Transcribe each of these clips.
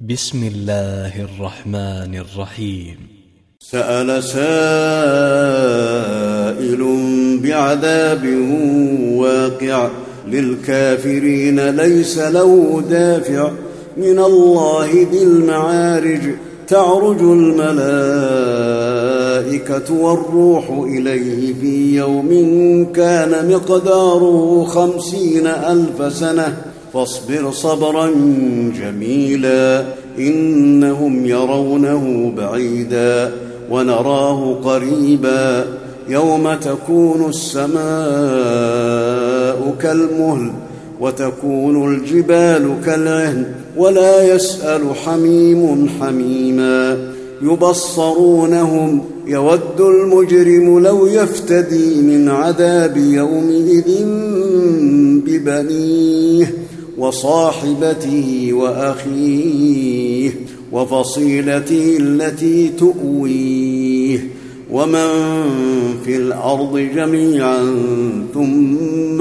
بسم الله الرحمن الرحيم. سأل سائل بعذاب واقع للكافرين ليس له دافع من الله ذي المعارج تعرج الملائكة والروح إليه في يوم كان مقداره 50,000 سنة فاصبر صبرا جميلا إنهم يرونه بعيدا ونراه قريبا يوم تكون السماء كالمهل وتكون الجبال كالعهن ولا يسأل حميم حميما يبصرونهم يود المجرم لو يفتدي من عذاب يومئذ ببنيه وصاحبته وأخيه وفصيلته التي تؤويه ومن في الأرض جميعا ثم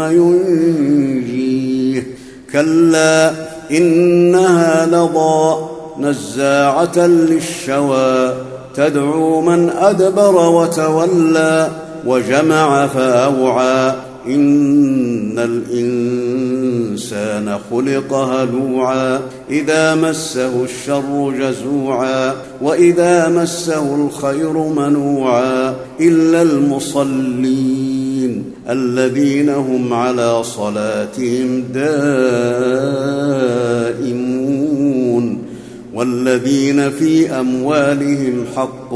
ينجيه كلا إنها لظى نزاعة للشوى تدعو من أدبر وتولى وجمع فأوعى إن الإنسان خلق هلوعا إذا مسه الشر جزوعا وإذا مسه الخير منوعا إلا المصلين الذين هم على صلاتهم دائمون والذين في أموالهم حق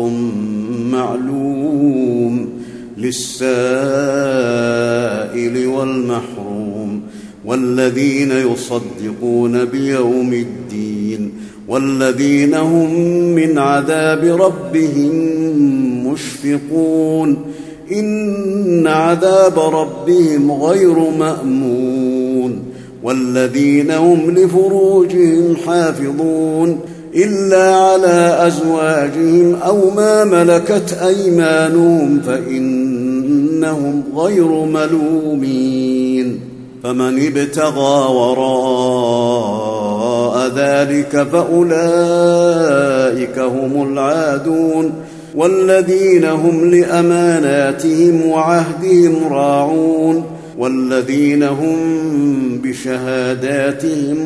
معلوم للسائل والمحروم والذين يصدقون بيوم الدين والذين هم من عذاب ربهم مشفقون إن عذاب ربهم غير مأمون والذين هم لفروجهم حافظون إلا على أزواجهم أو ما ملكت أيمانهم فإنهم غير ملومين فمن ابتغى وراء ذلك فأولئك هم العادون والذين هم لأماناتهم وعهدهم راعون والذين هم بشهاداتهم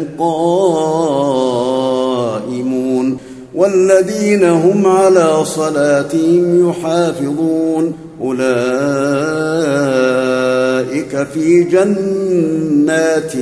قائمون والذين هم على صلاتهم يحافظون أولئك في جنات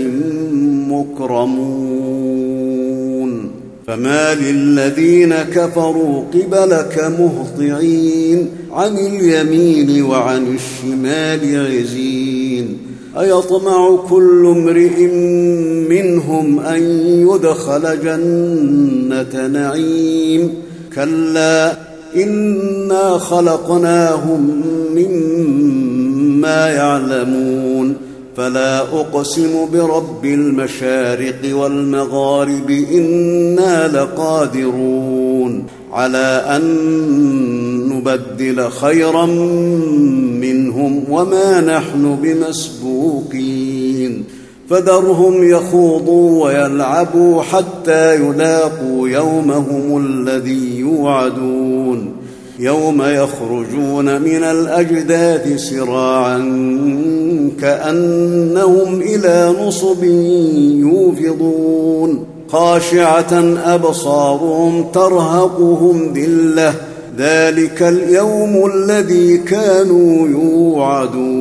مكرمون فما للذين كفروا قبلك مهطعين عن اليمين وعن الشمال عزين أيطمع كل امرئ منهم أن يدخل جنة نعيم كلا إنا خلقناهم مما يعلمون فلا أقسم برب المشارق والمغارب إنا لقادرون على أن نبدل خيرا منهم وما نحن بمسبوقين فذرهم يخوضوا ويلعبوا حتى يلاقوا يومهم الذي يوعدون يوم يخرجون من الأجداث سراعا كأنهم إلى نصب يوفضون خاشعة أبصارهم ترهقهم ذلة ذلك اليوم الذي كانوا يوعدون